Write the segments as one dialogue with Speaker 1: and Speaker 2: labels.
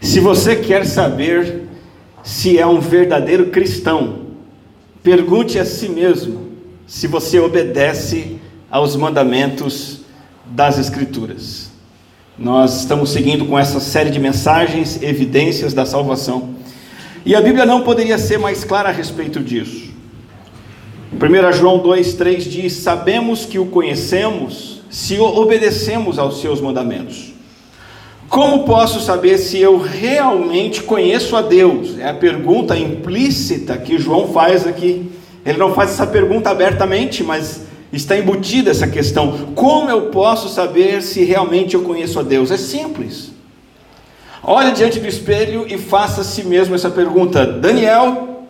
Speaker 1: Se você quer saber se é um verdadeiro cristão, pergunte a si mesmo se você obedece aos mandamentos das Escrituras. Nós estamos seguindo com essa série de mensagens, evidências da salvação. E a Bíblia não poderia ser mais clara a respeito disso. 1 João 2,3 diz: sabemos que o conhecemos se obedecemos aos seus mandamentos. Como posso saber se eu realmente conheço a Deus? É a pergunta implícita que João faz aqui. Ele não faz essa pergunta abertamente, mas está embutida essa questão. Como eu posso saber se realmente eu conheço a Deus? É simples. Olhe diante do espelho e faça a si mesmo essa pergunta: Daniel,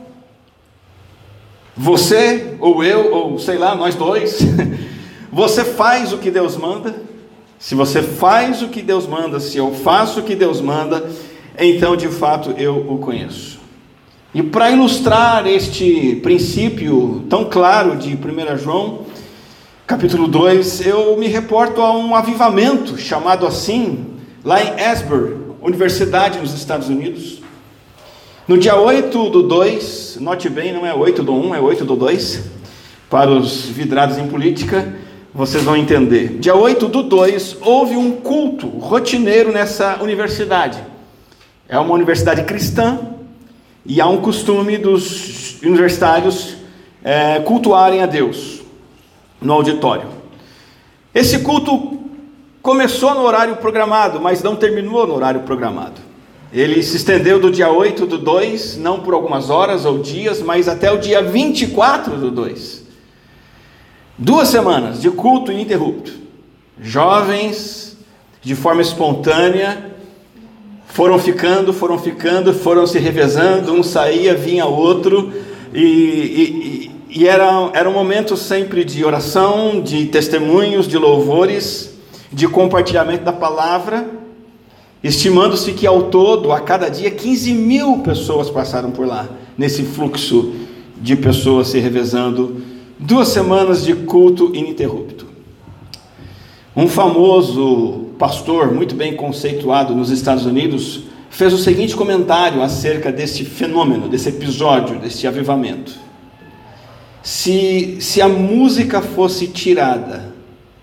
Speaker 1: você, ou eu, ou sei lá, nós dois, você faz o que Deus manda? Se você faz o que Deus manda, se eu faço o que Deus manda, então de fato eu o conheço. E para ilustrar este princípio tão claro de 1 João, capítulo 2, eu me reporto a um avivamento chamado assim, lá em Asbury, universidade nos Estados Unidos. No dia 8/2, note bem, não é 8/1, é 8/2, para os vidrados em política, vocês vão entender. Dia 8/2, houve um culto rotineiro nessa universidade. É uma universidade cristã, e há um costume dos universitários cultuarem a Deus no auditório. Esse culto começou no horário programado, mas não terminou no horário programado. Ele se estendeu do dia 8/2, não por algumas horas ou dias, mas até o dia 24/2. 2 semanas de culto ininterrupto. Jovens, de forma espontânea, foram ficando, se revezando, um saía, vinha outro, e era um momento sempre de oração, de testemunhos, de louvores, de compartilhamento da palavra, estimando-se que ao todo, a cada dia, 15.000 pessoas passaram por lá, nesse fluxo de pessoas se revezando. 2 semanas de culto ininterrupto. Um famoso pastor, muito bem conceituado nos Estados Unidos, fez o seguinte comentário acerca desse fenômeno, desse episódio, desse avivamento: se a música fosse tirada,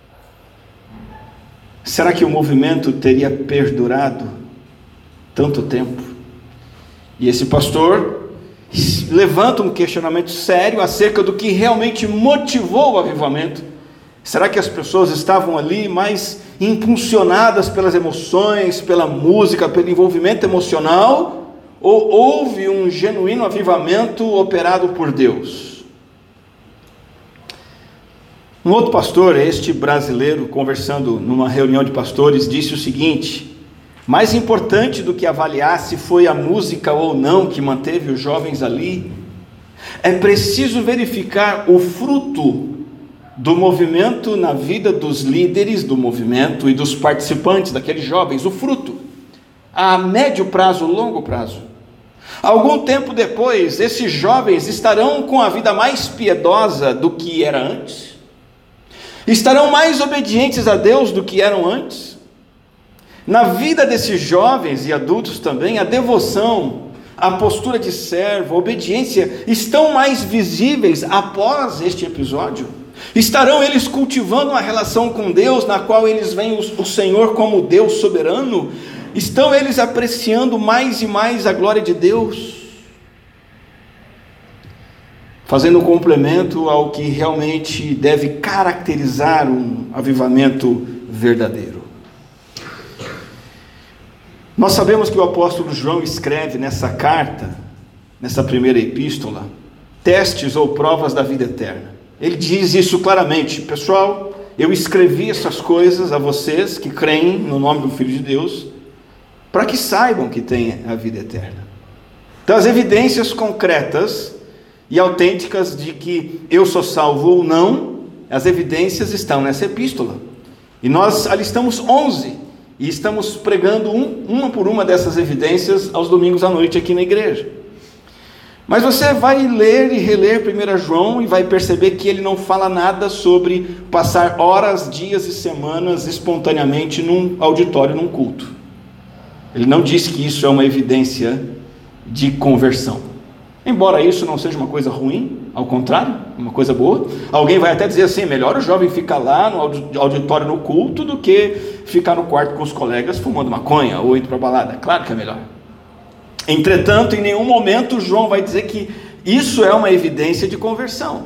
Speaker 1: será que o movimento teria perdurado tanto tempo? E esse pastor levanta um questionamento sério acerca do que realmente motivou o avivamento. Será que as pessoas estavam ali mais impulsionadas pelas emoções, pela música, pelo envolvimento emocional, ou houve um genuíno avivamento operado por Deus? Um outro pastor, este brasileiro, conversando numa reunião de pastores, disse o seguinte: mais importante do que avaliar se foi a música ou não que manteve os jovens ali, é preciso verificar o fruto do movimento na vida dos líderes do movimento e dos participantes, daqueles jovens, o fruto, a médio prazo, longo prazo. Algum tempo depois, esses jovens estarão com a vida mais piedosa do que era antes, estarão mais obedientes a Deus do que eram antes. Na vida desses jovens e adultos também, a devoção, a postura de servo, a obediência estão mais visíveis após este episódio. Estarão eles cultivando uma relação com Deus, na qual eles veem o Senhor como Deus soberano? Estão eles apreciando mais e mais a glória de Deus? Fazendo um complemento ao que realmente deve caracterizar um avivamento verdadeiro. Nós sabemos que o apóstolo João escreve nessa carta, nessa primeira epístola, testes ou provas da vida eterna. Ele diz isso claramente: pessoal, eu escrevi essas coisas a vocês que creem no nome do Filho de Deus, para que saibam que têm a vida eterna. Então, as evidências concretas e autênticas de que eu sou salvo ou não, as evidências estão nessa epístola. E nós alistamos 11. E estamos pregando uma por uma dessas evidências aos domingos à noite aqui na igreja. Mas você vai ler e reler 1 João e vai perceber que ele não fala nada sobre passar horas, dias e semanas espontaneamente num auditório, num culto. Ele não diz que isso é uma evidência de conversão. Embora isso não seja uma coisa ruim, ao contrário, uma coisa boa. Alguém vai até dizer assim, melhor o jovem ficar lá no auditório no culto do que ficar no quarto com os colegas fumando maconha ou indo para balada. Claro que é melhor. Entretanto, em nenhum momento João vai dizer que isso é uma evidência de conversão.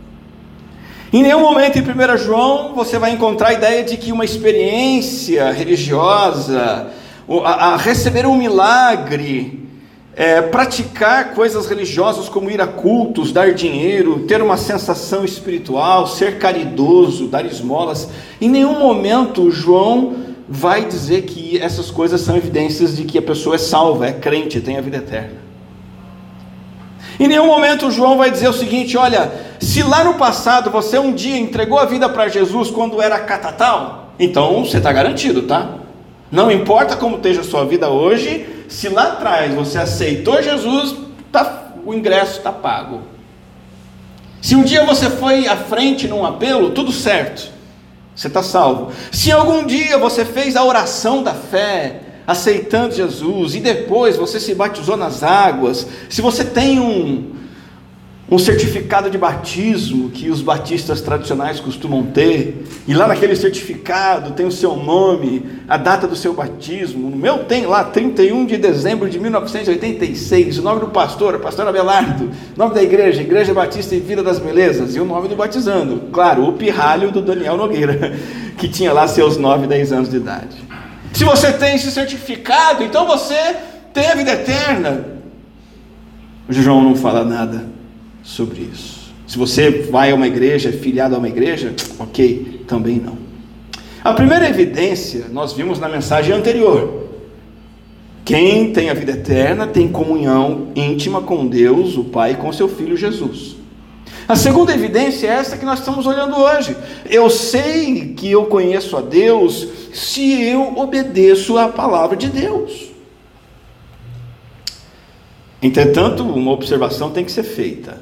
Speaker 1: Em nenhum momento em 1 João você vai encontrar a ideia de que uma experiência religiosa, a receber um milagre, praticar coisas religiosas como ir a cultos, dar dinheiro, ter uma sensação espiritual, ser caridoso, dar esmolas, em nenhum momento João vai dizer que essas coisas são evidências de que a pessoa é salva, é crente, tem a vida eterna. Em nenhum momento João vai dizer o seguinte, olha, se lá no passado você um dia entregou a vida para Jesus quando era catatal, então você está garantido, tá? Não importa como esteja a sua vida hoje, se lá atrás você aceitou Jesus, o ingresso está pago. Se um dia você foi à frente num apelo, tudo certo, você está salvo. Se algum dia você fez a oração da fé, aceitando Jesus, e depois você se batizou nas águas, se você tem um certificado de batismo que os batistas tradicionais costumam ter, e lá naquele certificado tem o seu nome, a data do seu batismo, no meu tem lá 31 de dezembro de 1986, o nome do pastor Abelardo, o nome da igreja, Igreja Batista e Vida das Belezas, e o nome do batizando, claro, o pirralho do Daniel Nogueira, que tinha lá seus 9, 10 anos de idade. Se você tem esse certificado, então você tem a vida eterna. O João não fala nada sobre isso. Se você vai a uma igreja, é filiado a uma igreja, ok, também não. A primeira evidência nós vimos na mensagem anterior. Quem tem a vida eterna tem comunhão íntima com Deus, o Pai, e com seu Filho Jesus. A segunda evidência é essa que nós estamos olhando hoje. Eu sei que eu conheço a Deus se eu obedeço à palavra de Deus. Entretanto, uma observação tem que ser feita.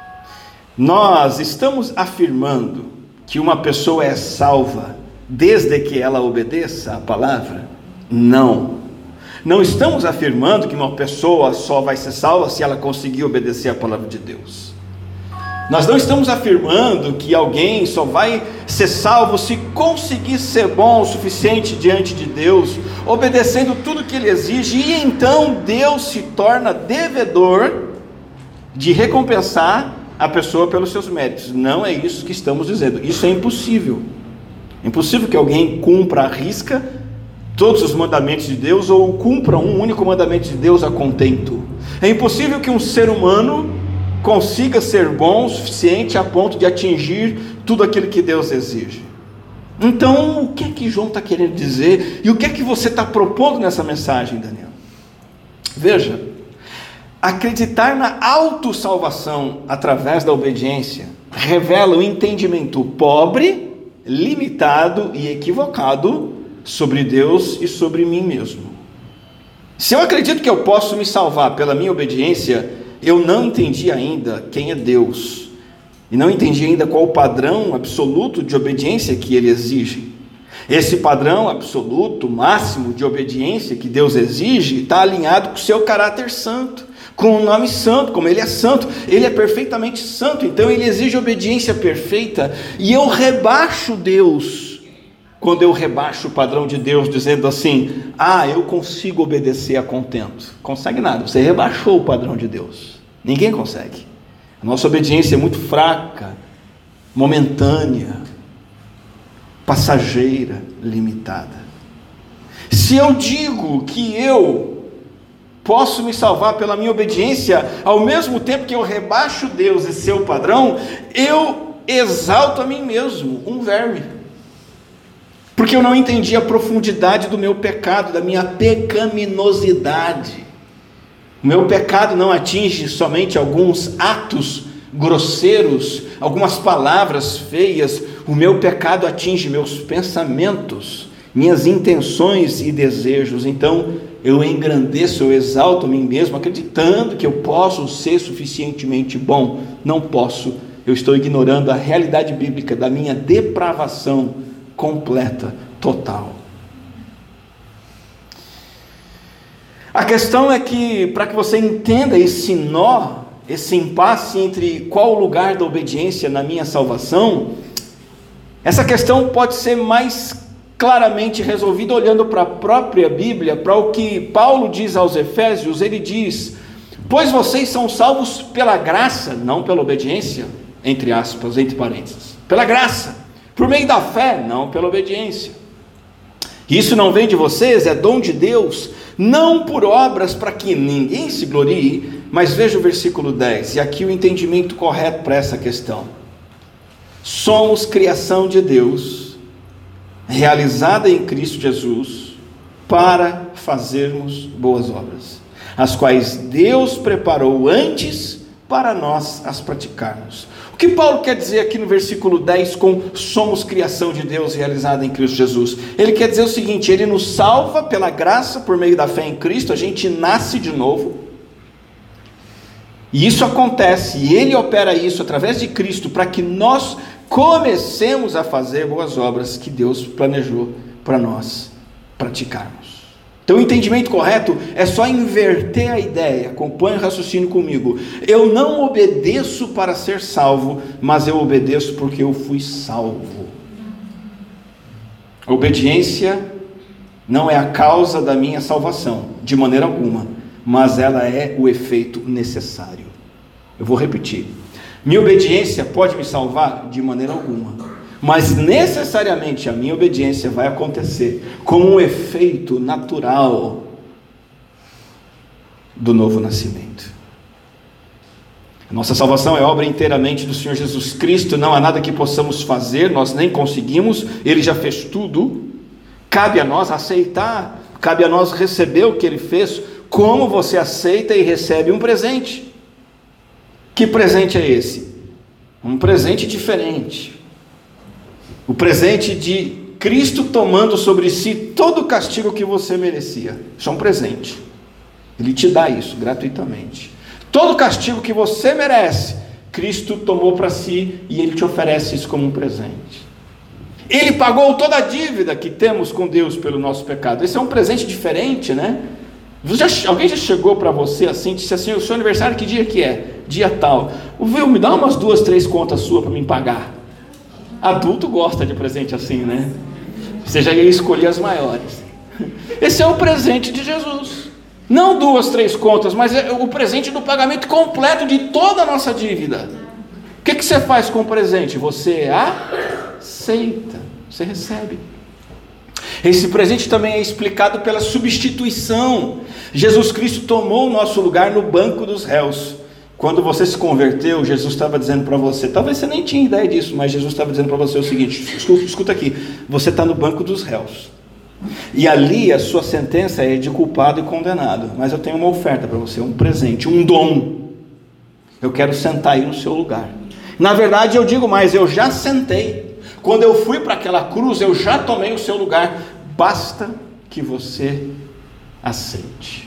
Speaker 1: Nós estamos afirmando que uma pessoa é salva desde que ela obedeça à palavra? Não. Não estamos afirmando que uma pessoa só vai ser salva se ela conseguir obedecer à palavra de Deus. Nós não estamos afirmando que alguém só vai ser salvo se conseguir ser bom o suficiente diante de Deus, obedecendo tudo que Ele exige, e então Deus se torna devedor de recompensar a pessoa pelos seus méritos. Não é isso que estamos dizendo. Isso é impossível. É impossível que alguém cumpra à risca todos os mandamentos de Deus, ou cumpra um único mandamento de Deus a contento. É impossível que um ser humano consiga ser bom o suficiente a ponto de atingir tudo aquilo que Deus exige. Então, o que é que João está querendo dizer? E o que é que você está propondo nessa mensagem, Daniel? Veja, acreditar na autossalvação através da obediência revela um entendimento pobre, limitado e equivocado sobre Deus e sobre mim mesmo. Se eu acredito que eu posso me salvar pela minha obediência, eu não entendi ainda quem é Deus, e não entendi ainda qual o padrão absoluto de obediência que Ele exige. Esse padrão absoluto, máximo de obediência que Deus exige, está alinhado com o seu caráter santo, com o nome santo. Como Ele é santo, Ele é perfeitamente santo, então Ele exige obediência perfeita, e eu rebaixo Deus, quando eu rebaixo o padrão de Deus, dizendo assim, eu consigo obedecer a contento. Consegue nada, você rebaixou o padrão de Deus. Ninguém consegue. A nossa obediência é muito fraca, momentânea, passageira, limitada. Se eu digo que eu posso me salvar pela minha obediência, ao mesmo tempo que eu rebaixo Deus e seu padrão, eu exalto a mim mesmo, um verme. Porque eu não entendi a profundidade do meu pecado, da minha pecaminosidade. O meu pecado não atinge somente alguns atos grosseiros, algumas palavras feias. O meu pecado atinge meus pensamentos, minhas intenções e desejos. Então eu engrandeço, eu exalto a mim mesmo, acreditando que eu posso ser suficientemente bom. Não posso. Eu estou ignorando a realidade bíblica da minha depravação completa, total. A questão é que, para que você entenda esse nó, esse impasse entre qual o lugar da obediência na minha salvação, essa questão pode ser mais claramente resolvida olhando para a própria Bíblia, para o que Paulo diz aos Efésios. Ele diz: pois vocês são salvos pela graça, não pela obediência, entre aspas, entre parênteses, pela graça, por meio da fé, não pela obediência. Isso não vem de vocês, é dom de Deus, não por obras para que ninguém se glorie. Mas veja o versículo 10, e aqui o entendimento correto para essa questão. Somos criação de Deus, realizada em Cristo Jesus, para fazermos boas obras, as quais Deus preparou antes para nós as praticarmos. O que Paulo quer dizer aqui no versículo 10 com somos criação de Deus realizada em Cristo Jesus? Ele quer dizer o seguinte: ele nos salva pela graça por meio da fé em Cristo, a gente nasce de novo, e isso acontece, e ele opera isso através de Cristo para que nós comecemos a fazer boas obras que Deus planejou para nós praticarmos. Então o entendimento correto é só inverter a ideia. Acompanhe o raciocínio comigo. Eu não obedeço para ser salvo, mas eu obedeço porque eu fui salvo. A obediência não é a causa da minha salvação, de maneira alguma, mas ela é o efeito necessário. Eu vou repetir: minha obediência pode me salvar? De maneira alguma, mas necessariamente a minha obediência vai acontecer como um efeito natural do novo nascimento. A nossa salvação é obra inteiramente do Senhor Jesus Cristo, não há nada que possamos fazer, nós nem conseguimos, Ele já fez tudo. Cabe a nós aceitar, cabe a nós receber o que Ele fez, como você aceita e recebe um presente. Que presente é esse? Um presente diferente. O presente de Cristo tomando sobre si todo o castigo que você merecia. Isso é um presente. Ele te dá isso gratuitamente. Todo o castigo que você merece, Cristo tomou para si e Ele te oferece isso como um presente. Ele pagou toda a dívida que temos com Deus pelo nosso pecado. Esse é um presente diferente, né? Alguém já chegou para você assim, disse assim: o seu aniversário que dia que é? Dia tal. Viu, me dá umas 2, 3 contas suas para me pagar. Adulto gosta de presente assim, né? Você já ia escolher as maiores. Esse é o presente de Jesus. Não 2, 3 contas, mas é o presente do pagamento completo de toda a nossa dívida. O que você faz com o presente? Você aceita, você recebe. Esse presente também é explicado pela substituição. Jesus Cristo tomou o nosso lugar no banco dos réus. Quando você se converteu, Jesus estava dizendo para você, talvez você nem tinha ideia disso, mas Jesus estava dizendo para você o seguinte: escuta aqui, você está no banco dos réus, e ali a sua sentença é de culpado e condenado, mas eu tenho uma oferta para você, um presente, um dom. Eu quero sentar aí no seu lugar. Na verdade eu digo mais, eu já sentei. Quando eu fui para aquela cruz, eu já tomei o seu lugar. Basta que você aceite.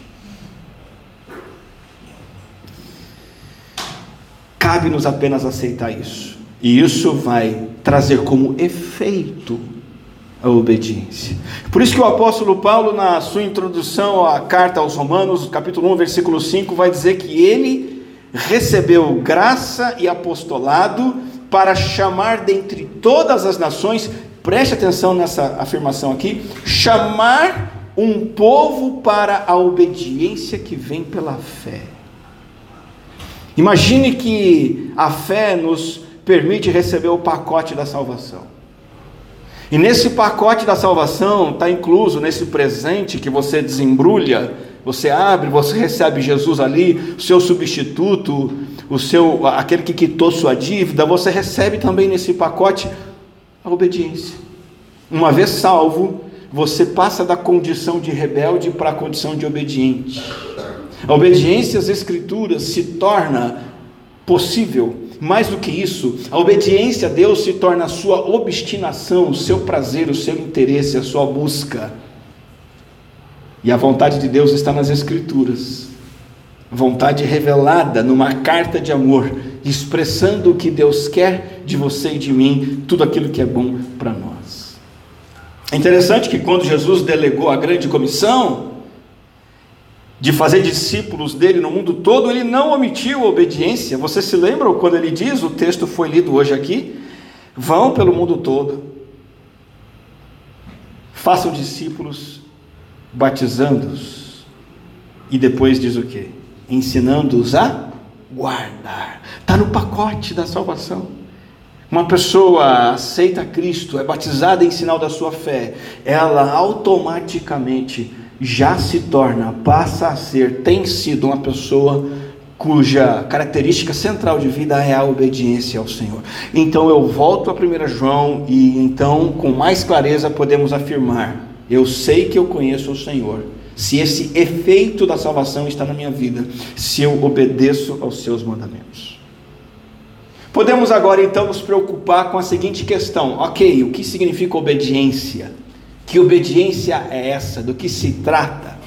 Speaker 1: Cabe-nos apenas aceitar isso, e isso vai trazer como efeito a obediência. Por isso que o apóstolo Paulo, na sua introdução à carta aos Romanos, capítulo 1, versículo 5, vai dizer que ele recebeu graça e apostolado para chamar dentre todas as nações, preste atenção nessa afirmação aqui, chamar um povo para a obediência que vem pela fé. Imagine que a fé nos permite receber o pacote da salvação. E nesse pacote da salvação está incluso, nesse presente que você desembrulha, você abre, você recebe Jesus ali, o seu substituto, aquele que quitou sua dívida. Você recebe também nesse pacote a obediência. Uma vez salvo, você passa da condição de rebelde para a condição de obediente. A obediência às Escrituras se torna possível. Mais do que isso, a obediência a Deus se torna a sua obstinação, o seu prazer, o seu interesse, a sua busca. E a vontade de Deus está nas Escrituras. Vontade revelada numa carta de amor, expressando o que Deus quer de você e de mim, tudo aquilo que é bom para nós. É interessante que quando Jesus delegou a grande comissão, de fazer discípulos dele no mundo todo, ele não omitiu a obediência. Você se lembra quando ele diz, o texto foi lido hoje aqui, vão pelo mundo todo, façam discípulos, batizando-os, e depois diz o quê? Ensinando-os a guardar. Está no pacote da salvação. Uma pessoa aceita Cristo, é batizada em sinal da sua fé, ela automaticamente já se torna, passa a ser, tem sido uma pessoa cuja característica central de vida é a obediência ao Senhor. Então eu volto a 1 João e então com mais clareza podemos afirmar, eu sei que eu conheço o Senhor, se esse efeito da salvação está na minha vida, se eu obedeço aos seus mandamentos. Podemos agora então nos preocupar com a seguinte questão, ok, o que significa obediência? Que obediência é essa? Do que se trata?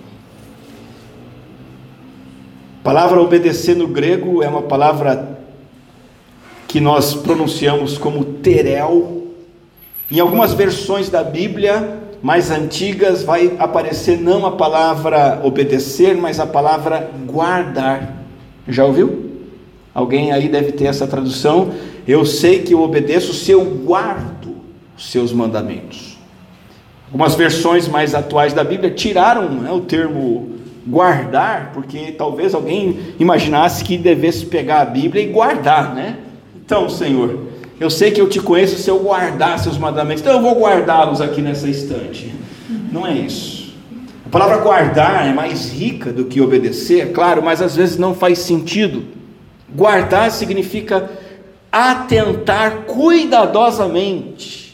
Speaker 1: A palavra obedecer no grego é uma palavra que nós pronunciamos como terel. Em algumas versões da Bíblia mais antigas vai aparecer não a palavra obedecer, mas a palavra guardar. Já ouviu? Alguém aí deve ter essa tradução. Eu sei que eu obedeço se eu guardo os seus mandamentos. Algumas versões mais atuais da Bíblia tiraram o termo guardar, porque talvez alguém imaginasse que devesse pegar a Bíblia e guardar, né? Então, Senhor, eu sei que eu te conheço se eu guardar seus mandamentos, então eu vou guardá-los aqui nessa estante. Não é isso. A palavra guardar é mais rica do que obedecer, é claro, mas às vezes não faz sentido. Guardar significa atentar cuidadosamente.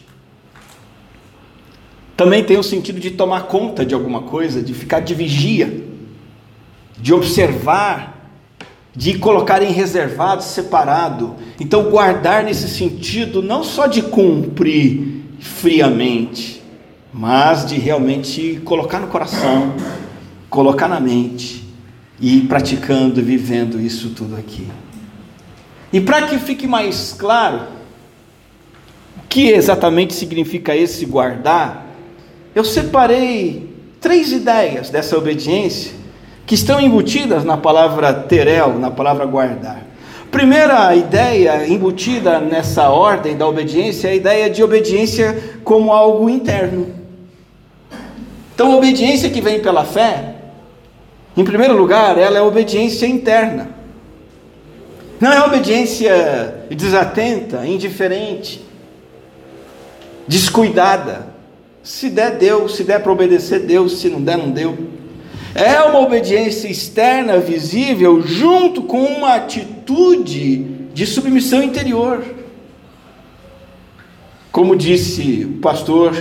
Speaker 1: Também tem o sentido de tomar conta de alguma coisa, de ficar de vigia, de observar, de colocar em reservado, separado. Então guardar nesse sentido não só de cumprir friamente, mas de realmente colocar no coração, colocar na mente e ir praticando, vivendo isso tudo aqui. E para que fique mais claro o que exatamente significa esse guardar, eu separei 3 ideias dessa obediência que estão embutidas na palavra terel, na palavra guardar. Primeira ideia embutida nessa ordem da obediência é a ideia de obediência como algo interno. Então a obediência que vem pela fé, em primeiro lugar, ela é obediência interna. Não é obediência desatenta, indiferente, descuidada. Se der, deu. Se der para obedecer, deu. Se não der, não deu. É uma obediência externa, visível, junto com uma atitude de submissão interior. Como disse o pastor,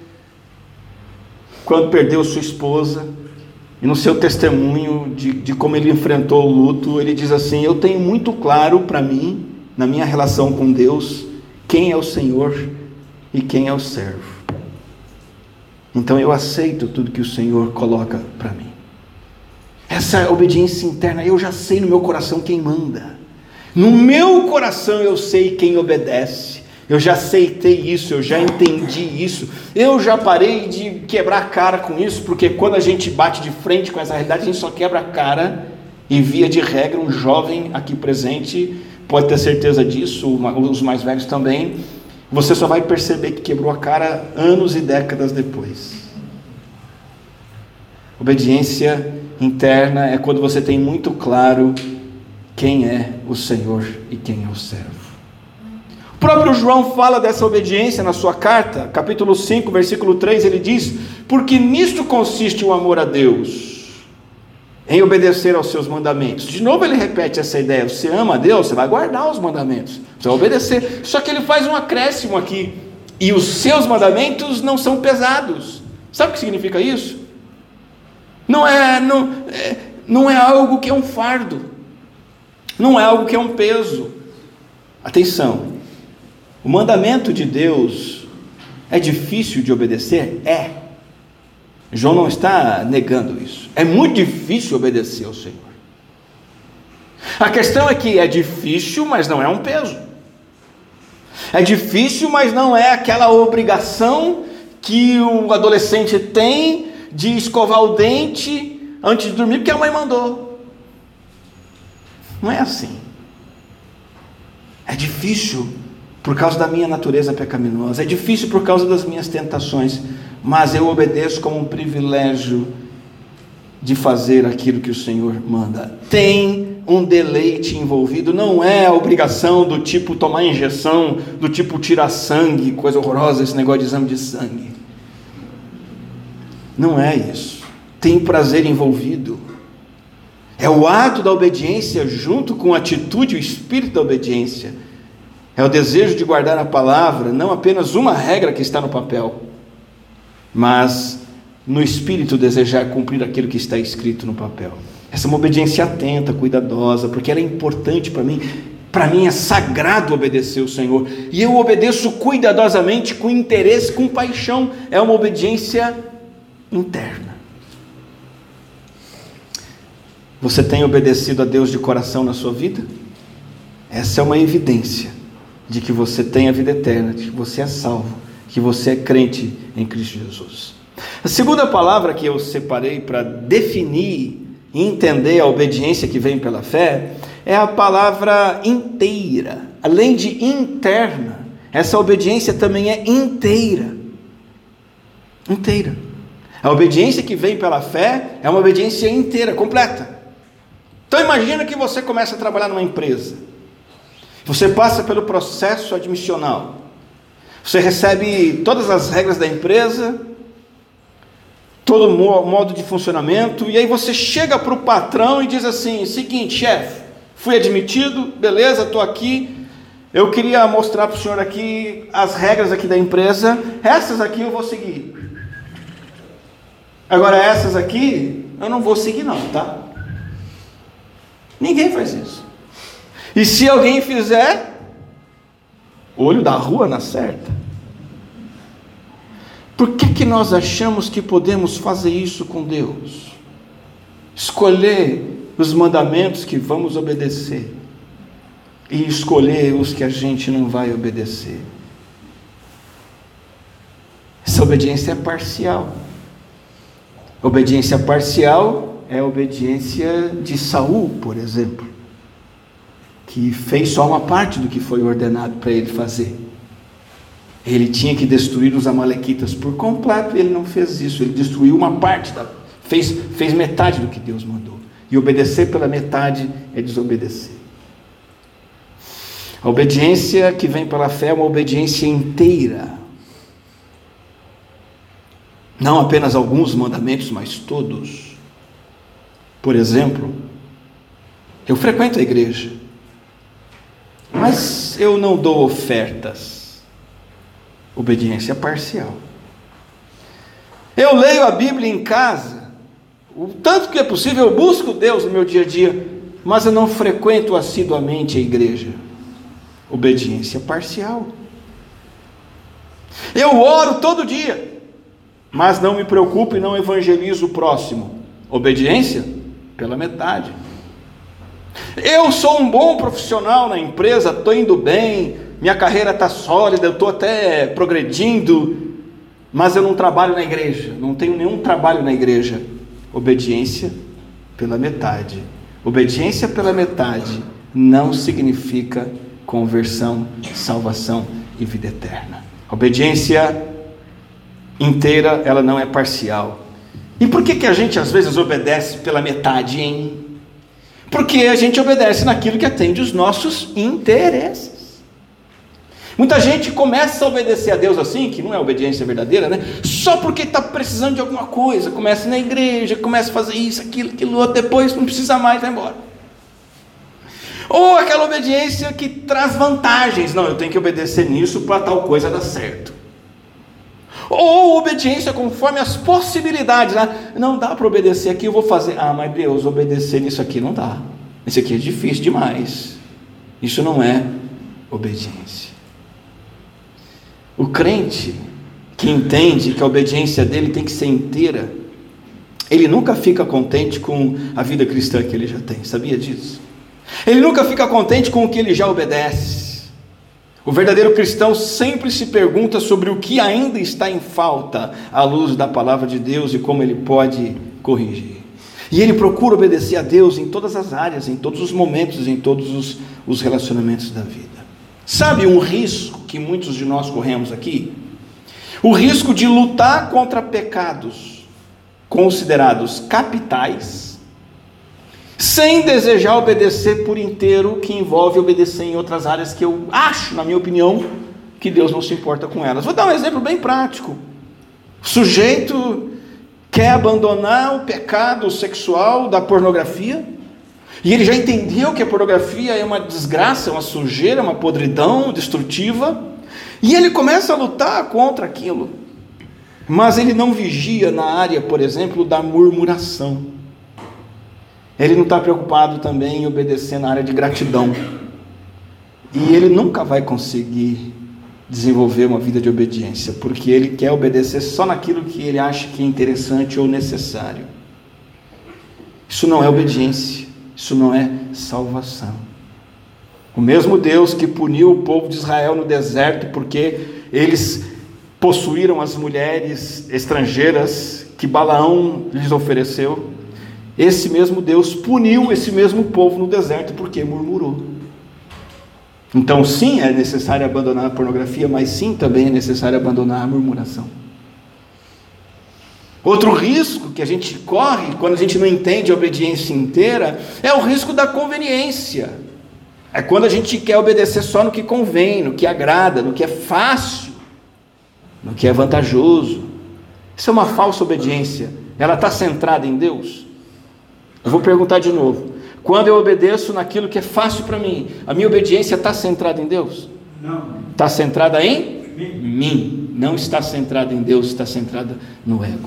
Speaker 1: quando perdeu sua esposa, e no seu testemunho de como ele enfrentou o luto, ele diz assim: eu tenho muito claro para mim, na minha relação com Deus, quem é o Senhor e quem é o servo. Então eu aceito tudo que o Senhor coloca para mim. Essa obediência interna, eu já sei no meu coração quem manda. No meu coração eu sei quem obedece. Eu já aceitei isso, eu já entendi isso. Eu já parei de quebrar a cara com isso, porque quando a gente bate de frente com essa realidade, a gente só quebra a cara. E via de regra, um jovem aqui presente pode ter certeza disso, os mais velhos também. Você só vai perceber que quebrou a cara anos e décadas depois. Obediência interna é quando você tem muito claro quem é o Senhor e quem é o servo. O próprio João fala dessa obediência na sua carta, capítulo 5, versículo 3, ele diz: porque nisto consiste o amor a Deus, em obedecer aos seus mandamentos. De novo ele repete essa ideia: você ama a Deus, você vai guardar os mandamentos, você vai obedecer. Só que ele faz um acréscimo aqui: e os seus mandamentos não são pesados. Sabe o que significa isso? Não é algo que é um fardo, não é algo que é um peso. Atenção, o mandamento de Deus é difícil de obedecer? É. João não está negando isso. É muito difícil obedecer ao Senhor. A questão é que é difícil, mas não é um peso. É difícil, mas não é aquela obrigação que o adolescente tem de escovar o dente antes de dormir porque a mãe mandou. Não é assim. É difícil por causa da minha natureza pecaminosa, é difícil por causa das minhas tentações, mas eu obedeço como um privilégio de fazer aquilo que o Senhor manda. Tem um deleite envolvido, não é a obrigação do tipo tomar injeção, do tipo tirar sangue, coisa horrorosa esse negócio de exame de sangue. Não é isso. Tem prazer envolvido. É o ato da obediência junto com a atitude, o espírito da obediência. É o desejo de guardar a palavra, não apenas uma regra que está no papel, mas no espírito desejar cumprir aquilo que está escrito no papel. Essa é uma obediência atenta, cuidadosa, porque ela é importante para mim. Para mim é sagrado obedecer o Senhor, e eu obedeço cuidadosamente, com interesse, com paixão. É uma obediência interna. Você tem obedecido a Deus de coração na sua vida? Essa é uma evidência de que você tem a vida eterna, de que você é salvo, que você é crente em Cristo Jesus. A segunda palavra que eu separei para definir e entender a obediência que vem pela fé é a palavra inteira. Além de interna, essa obediência também é inteira. Inteira. A obediência que vem pela fé é uma obediência inteira, completa. Então imagina que você começa a trabalhar numa empresa. Você passa pelo processo admissional. Você recebe todas as regras da empresa, todo o modo de funcionamento, e aí você chega para o patrão e diz assim: seguinte, chefe, fui admitido, beleza, estou aqui, eu queria mostrar para o senhor aqui as regras aqui da empresa, essas aqui eu vou seguir. Agora essas aqui, eu não vou seguir não, tá? Ninguém faz isso. E se alguém fizer, olho da rua na certa. Por que nós achamos que podemos fazer isso com Deus? Escolher os mandamentos que vamos obedecer e escolher os que a gente não vai obedecer. Essa obediência é parcial. Obediência parcial é a obediência de Saul, por exemplo, que fez só uma parte do que foi ordenado para ele fazer. Ele tinha que destruir os amalequitas por completo, e ele não fez isso. Ele destruiu uma parte, fez metade do que Deus mandou. E obedecer pela metade é desobedecer. A obediência que vem pela fé é uma obediência inteira. Não apenas alguns mandamentos, mas todos. Por exemplo, eu frequento a igreja, mas eu não dou ofertas. Obediência parcial. Eu leio a Bíblia em casa, o tanto que é possível, eu busco Deus no meu dia a dia, mas eu não frequento assiduamente a igreja. Obediência parcial. Eu oro todo dia, mas não me preocupo e não evangelizo o próximo. Obediência pela metade. Eu sou um bom profissional na empresa, estou indo bem, minha carreira está sólida, eu estou até progredindo, mas eu não trabalho na igreja, não tenho nenhum trabalho na igreja. Obediência pela metade. Obediência pela metade não significa conversão, salvação e vida eterna. Obediência inteira, ela não é parcial. E por que a gente às vezes obedece pela metade, hein? Porque a gente obedece naquilo que atende os nossos interesses. Muita gente começa a obedecer a Deus assim, que não é obediência verdadeira, né? Só porque está precisando de alguma coisa, começa na igreja, começa a fazer isso, aquilo outro, depois não precisa mais, vai embora. Ou aquela obediência que traz vantagens, não, eu tenho que obedecer nisso para tal coisa dar certo. Ou obediência conforme as possibilidades, né? Não dá para obedecer aqui, eu vou fazer, mas Deus, obedecer nisso aqui não dá, isso aqui é difícil demais. Isso não é obediência. O crente que entende que a obediência dele tem que ser inteira, ele nunca fica contente com a vida cristã que ele já tem, sabia disso? Ele nunca fica contente com o que ele já obedece. O verdadeiro cristão sempre se pergunta sobre o que ainda está em falta à luz da palavra de Deus e como ele pode corrigir. E ele procura obedecer a Deus em todas as áreas, em todos os momentos, em todos os relacionamentos da vida. Sabe um risco que muitos de nós corremos aqui? O risco de lutar contra pecados considerados capitais, sem desejar obedecer por inteiro, que envolve obedecer em outras áreas que eu acho, na minha opinião, que Deus não se importa com elas. Vou dar um exemplo bem prático. O sujeito quer abandonar o pecado sexual da pornografia, e ele já entendeu que a pornografia é uma desgraça, uma sujeira, uma podridão destrutiva, e ele começa a lutar contra aquilo, mas ele não vigia na área, por exemplo, da murmuração. Ele não está preocupado também em obedecer na área de gratidão, e ele nunca vai conseguir desenvolver uma vida de obediência, porque ele quer obedecer só naquilo que ele acha que é interessante ou necessário. Isso não é obediência, isso não é salvação. O mesmo Deus que puniu o povo de Israel no deserto porque eles possuíram as mulheres estrangeiras que Balaão lhes ofereceu, esse mesmo Deus puniu esse mesmo povo no deserto porque murmurou. Então sim, é necessário abandonar a pornografia, mas sim, também é necessário abandonar a murmuração. Outro risco que a gente corre, quando a gente não entende a obediência inteira, é o risco da conveniência. É quando a gente quer obedecer só no que convém, no que agrada, no que é fácil, no que é vantajoso. Isso é uma falsa obediência. Ela está centrada em Deus? Eu vou perguntar de novo. Quando eu obedeço naquilo que é fácil para mim, a minha obediência está centrada em Deus? Não. Está centrada em mim. Não está centrada em Deus, está centrada no ego.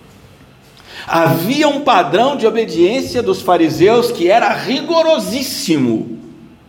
Speaker 1: Havia um padrão de obediência dos fariseus que era rigorosíssimo.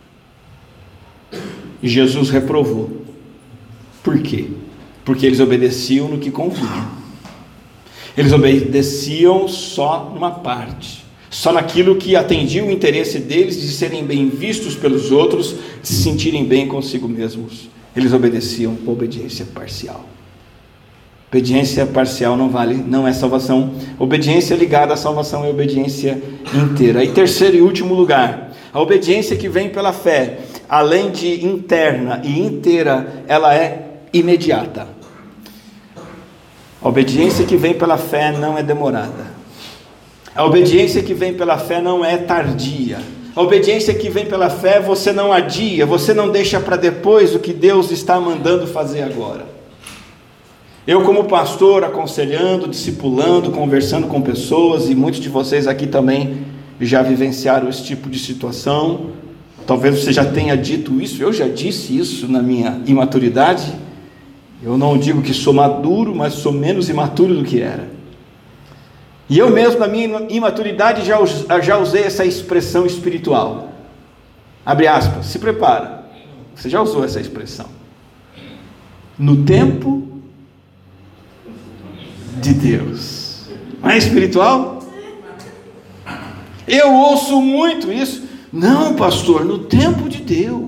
Speaker 1: E Jesus reprovou. Por quê? Porque eles obedeciam no que convinha. Eles obedeciam só numa parte. Só naquilo que atendia o interesse deles de serem bem vistos pelos outros, de se sentirem bem consigo mesmos. Eles obedeciam com obediência parcial. Obediência parcial não vale, não é salvação. Obediência ligada à salvação é obediência inteira. E terceiro e último lugar, a obediência que vem pela fé, além de interna e inteira, ela é imediata. A obediência que vem pela fé não é demorada. A obediência que vem pela fé não é tardia. A obediência que vem pela fé, você não adia, você não deixa para depois o que Deus está mandando fazer agora. Eu, como pastor, aconselhando, discipulando, conversando com pessoas, e muitos de vocês aqui também já vivenciaram esse tipo de situação. Talvez você já tenha dito isso, eu já disse isso na minha imaturidade. Eu não digo que sou maduro, mas sou menos imaturo do que era. E eu mesmo, na minha imaturidade, já usei essa expressão espiritual. Abre aspas, se prepara. Você já usou essa expressão. No tempo de Deus. Não é espiritual? Eu ouço muito isso. Não, pastor, no tempo de Deus.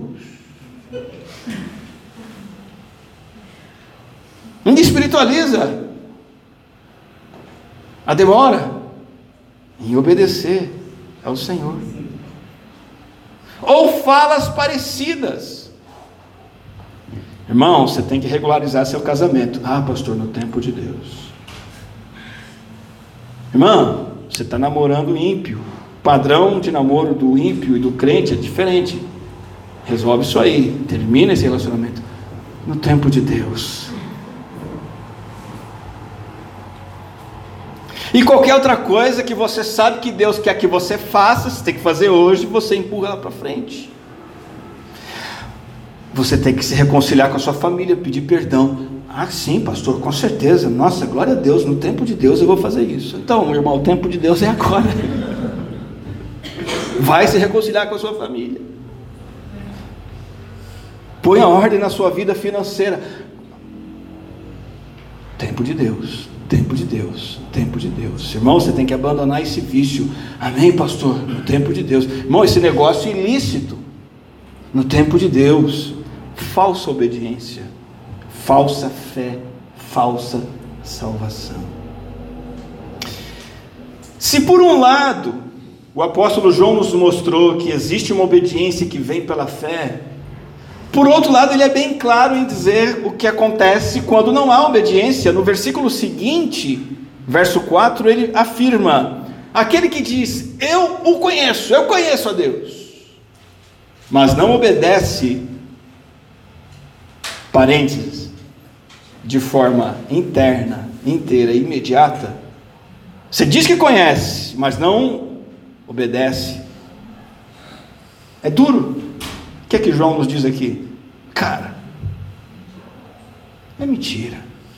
Speaker 1: Não espiritualiza a demora em obedecer ao Senhor, ou falas parecidas. Irmão, você tem que regularizar seu casamento. Ah, pastor, no tempo de Deus. Irmão, você está namorando ímpio. O padrão de namoro do ímpio e do crente é diferente. Resolve isso aí, termina esse relacionamento no tempo de Deus. E qualquer outra coisa que você sabe que Deus quer que você faça, você tem que fazer hoje, você empurra ela para frente. Você tem que se reconciliar com a sua família, pedir perdão. Ah, sim, pastor, com certeza. Nossa, glória a Deus, no tempo de Deus eu vou fazer isso. Então, meu irmão, o tempo de Deus é agora. Vai se reconciliar com a sua família. Põe a ordem na sua vida financeira. Tempo de Deus. Tempo de Deus, tempo de Deus. Irmão, você tem que abandonar esse vício. Amém, pastor? No tempo de Deus. Irmão, esse negócio ilícito. No tempo de Deus. Falsa obediência, falsa fé, falsa salvação. Se por um lado, o apóstolo João nos mostrou que existe uma obediência que vem pela fé, por outro lado, ele é bem claro em dizer o que acontece quando não há obediência. No versículo seguinte, verso 4, ele afirma: aquele que diz, eu conheço a Deus, mas não obedece, parênteses, de forma interna, inteira e imediata. Você diz que conhece, mas não obedece. É duro. O que é que João nos diz aqui? Cara, é mentira.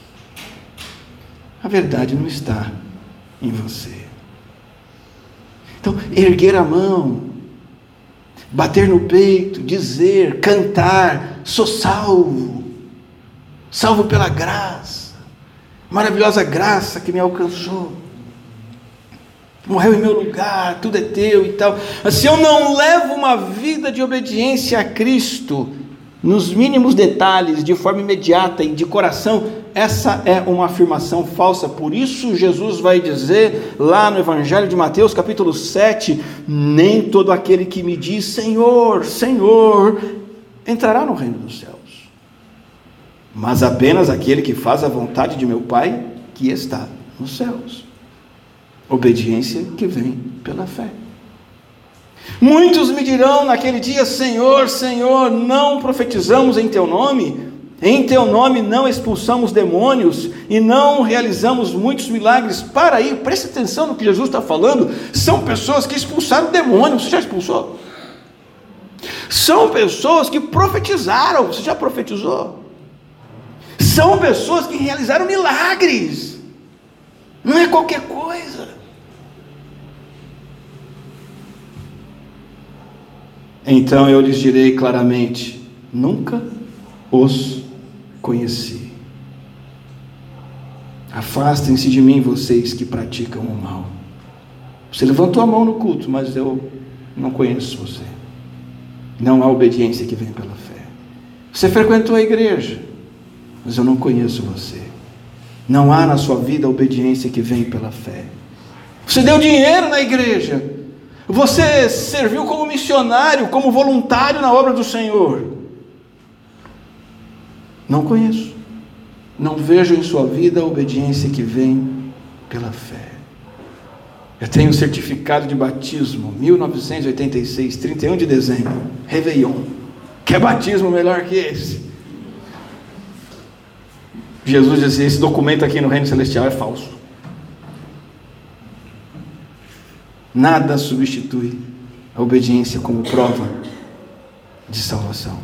Speaker 1: A verdade não está em você. Então, erguer a mão, bater no peito, dizer, cantar, sou salvo, salvo pela graça, maravilhosa graça que me alcançou, morreu em meu lugar, tudo é teu e tal. Mas se eu não levo uma vida de obediência a Cristo, nos mínimos detalhes, de forma imediata e de coração, essa é uma afirmação falsa. Por isso Jesus vai dizer lá no Evangelho de Mateus capítulo 7, nem todo aquele que me diz Senhor, Senhor, entrará no reino dos céus, mas apenas aquele que faz a vontade de meu Pai que está nos céus. Obediência que vem pela fé. Muitos me dirão naquele dia, Senhor, Senhor, não profetizamos em teu nome? Em teu nome não expulsamos demônios e não realizamos muitos milagres? Para aí, preste atenção no que Jesus está falando. São pessoas que expulsaram demônios. Você já expulsou? São pessoas que profetizaram. Você já profetizou? São pessoas que realizaram milagres. Não é qualquer coisa. Então eu lhes direi claramente: nunca os conheci. Afastem-se de mim, vocês que praticam o mal. Você levantou a mão no culto, mas eu não conheço você. Não há obediência que vem pela fé. Você frequentou a igreja, mas eu não conheço você. Não há na sua vida obediência que vem pela fé. Você deu dinheiro na igreja, você serviu como missionário, como voluntário na obra do Senhor. Não conheço. Não vejo em sua vida a obediência que vem pela fé. Eu tenho um certificado de batismo, 1986, 31 de dezembro, Réveillon. Que batismo melhor que esse? Jesus disse: esse documento aqui no reino celestial é falso. Nada substitui a obediência como prova de salvação.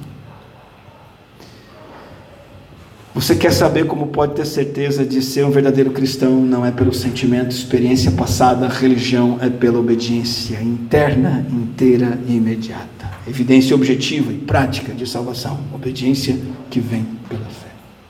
Speaker 1: Você quer saber como pode ter certeza de ser um verdadeiro cristão? Não é pelo sentimento, experiência passada, religião, é pela obediência interna, inteira e imediata. Evidência objetiva e prática de salvação. Obediência que vem pela fé.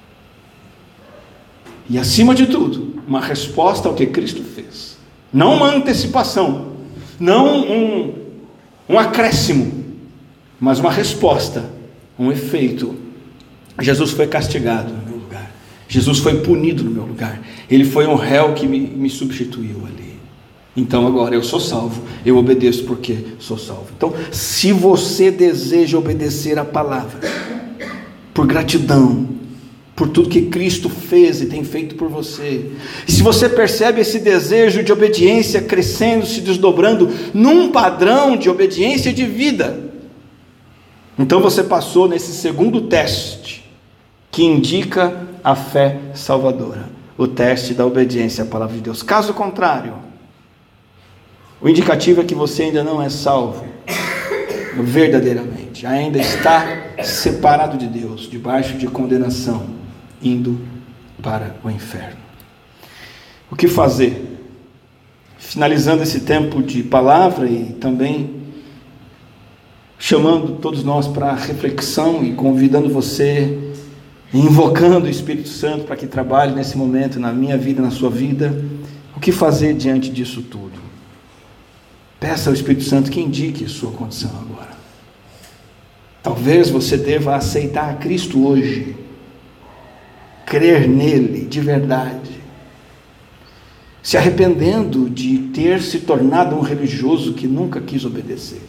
Speaker 1: E acima de tudo, uma resposta ao que Cristo fez. Não uma antecipação, não um acréscimo, mas uma resposta, um efeito. Jesus foi castigado no meu lugar. Jesus foi punido no meu lugar. Ele foi um réu que me substituiu ali. Então agora eu sou salvo, eu obedeço porque sou salvo. Então, se você deseja obedecer a palavra, por gratidão, por tudo que Cristo fez e tem feito por você, e se você percebe esse desejo de obediência crescendo, se desdobrando num padrão de obediência de vida, então você passou nesse segundo teste, que indica a fé salvadora, o teste da obediência à palavra de Deus. Caso contrário, o indicativo é que você ainda não é salvo verdadeiramente, ainda está separado de Deus, debaixo de condenação, indo para o inferno. O que fazer? Finalizando esse tempo de palavra e também chamando todos nós para a reflexão e convidando você, invocando o Espírito Santo para que trabalhe nesse momento na minha vida, na sua vida. O que fazer diante disso tudo? Peça ao Espírito Santo que indique a sua condição agora. Talvez você deva aceitar a Cristo hoje, crer nele de verdade. se arrependendo de ter se tornado um religioso que nunca quis obedecer.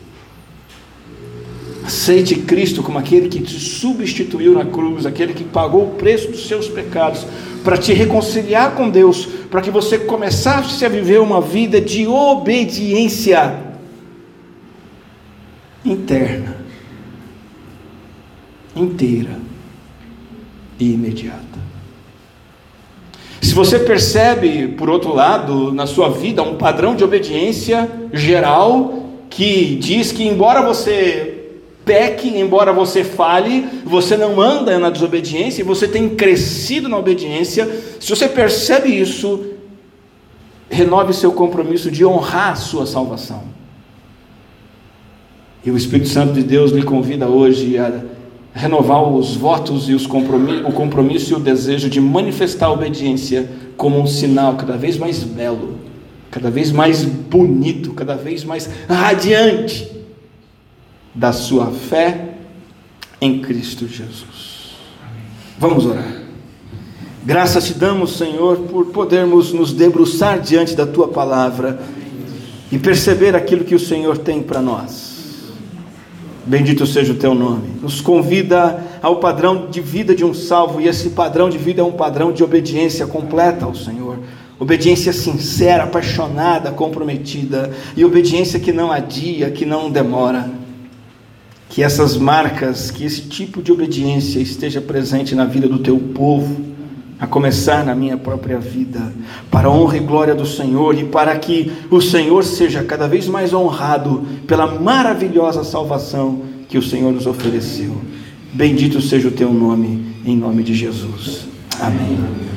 Speaker 1: Aceite Cristo como aquele que te substituiu na cruz, aquele que pagou o preço dos seus pecados, para te reconciliar com Deus, para que você começasse a viver uma vida de obediência interna, inteira e imediata. Se você percebe, por outro lado, na sua vida, um padrão de obediência geral, que diz que embora você peque, embora você falhe, você não anda na desobediência, e você tem crescido na obediência. Se você percebe isso, renove seu compromisso de honrar a sua salvação. E o Espírito Santo de Deus lhe convida hoje a renovar os votos e o compromisso e o desejo de manifestar a obediência como um sinal cada vez mais belo, cada vez mais bonito, cada vez mais radiante da sua fé em Cristo Jesus. Vamos orar. Graças te damos, Senhor, por podermos nos debruçar diante da tua palavra e perceber aquilo que o Senhor tem para nós. Bendito seja o teu nome. Nos convida ao padrão de vida de um salvo, e esse padrão de vida é um padrão de obediência completa ao Senhor. Obediência sincera, apaixonada, comprometida, e obediência que não adia, que não demora. Que essas marcas, que esse tipo de obediência esteja presente na vida do teu povo, a começar na minha própria vida, para a honra e glória do Senhor, e para que o Senhor seja cada vez mais honrado pela maravilhosa salvação que o Senhor nos ofereceu. Bendito seja o teu nome, em nome de Jesus. Amém.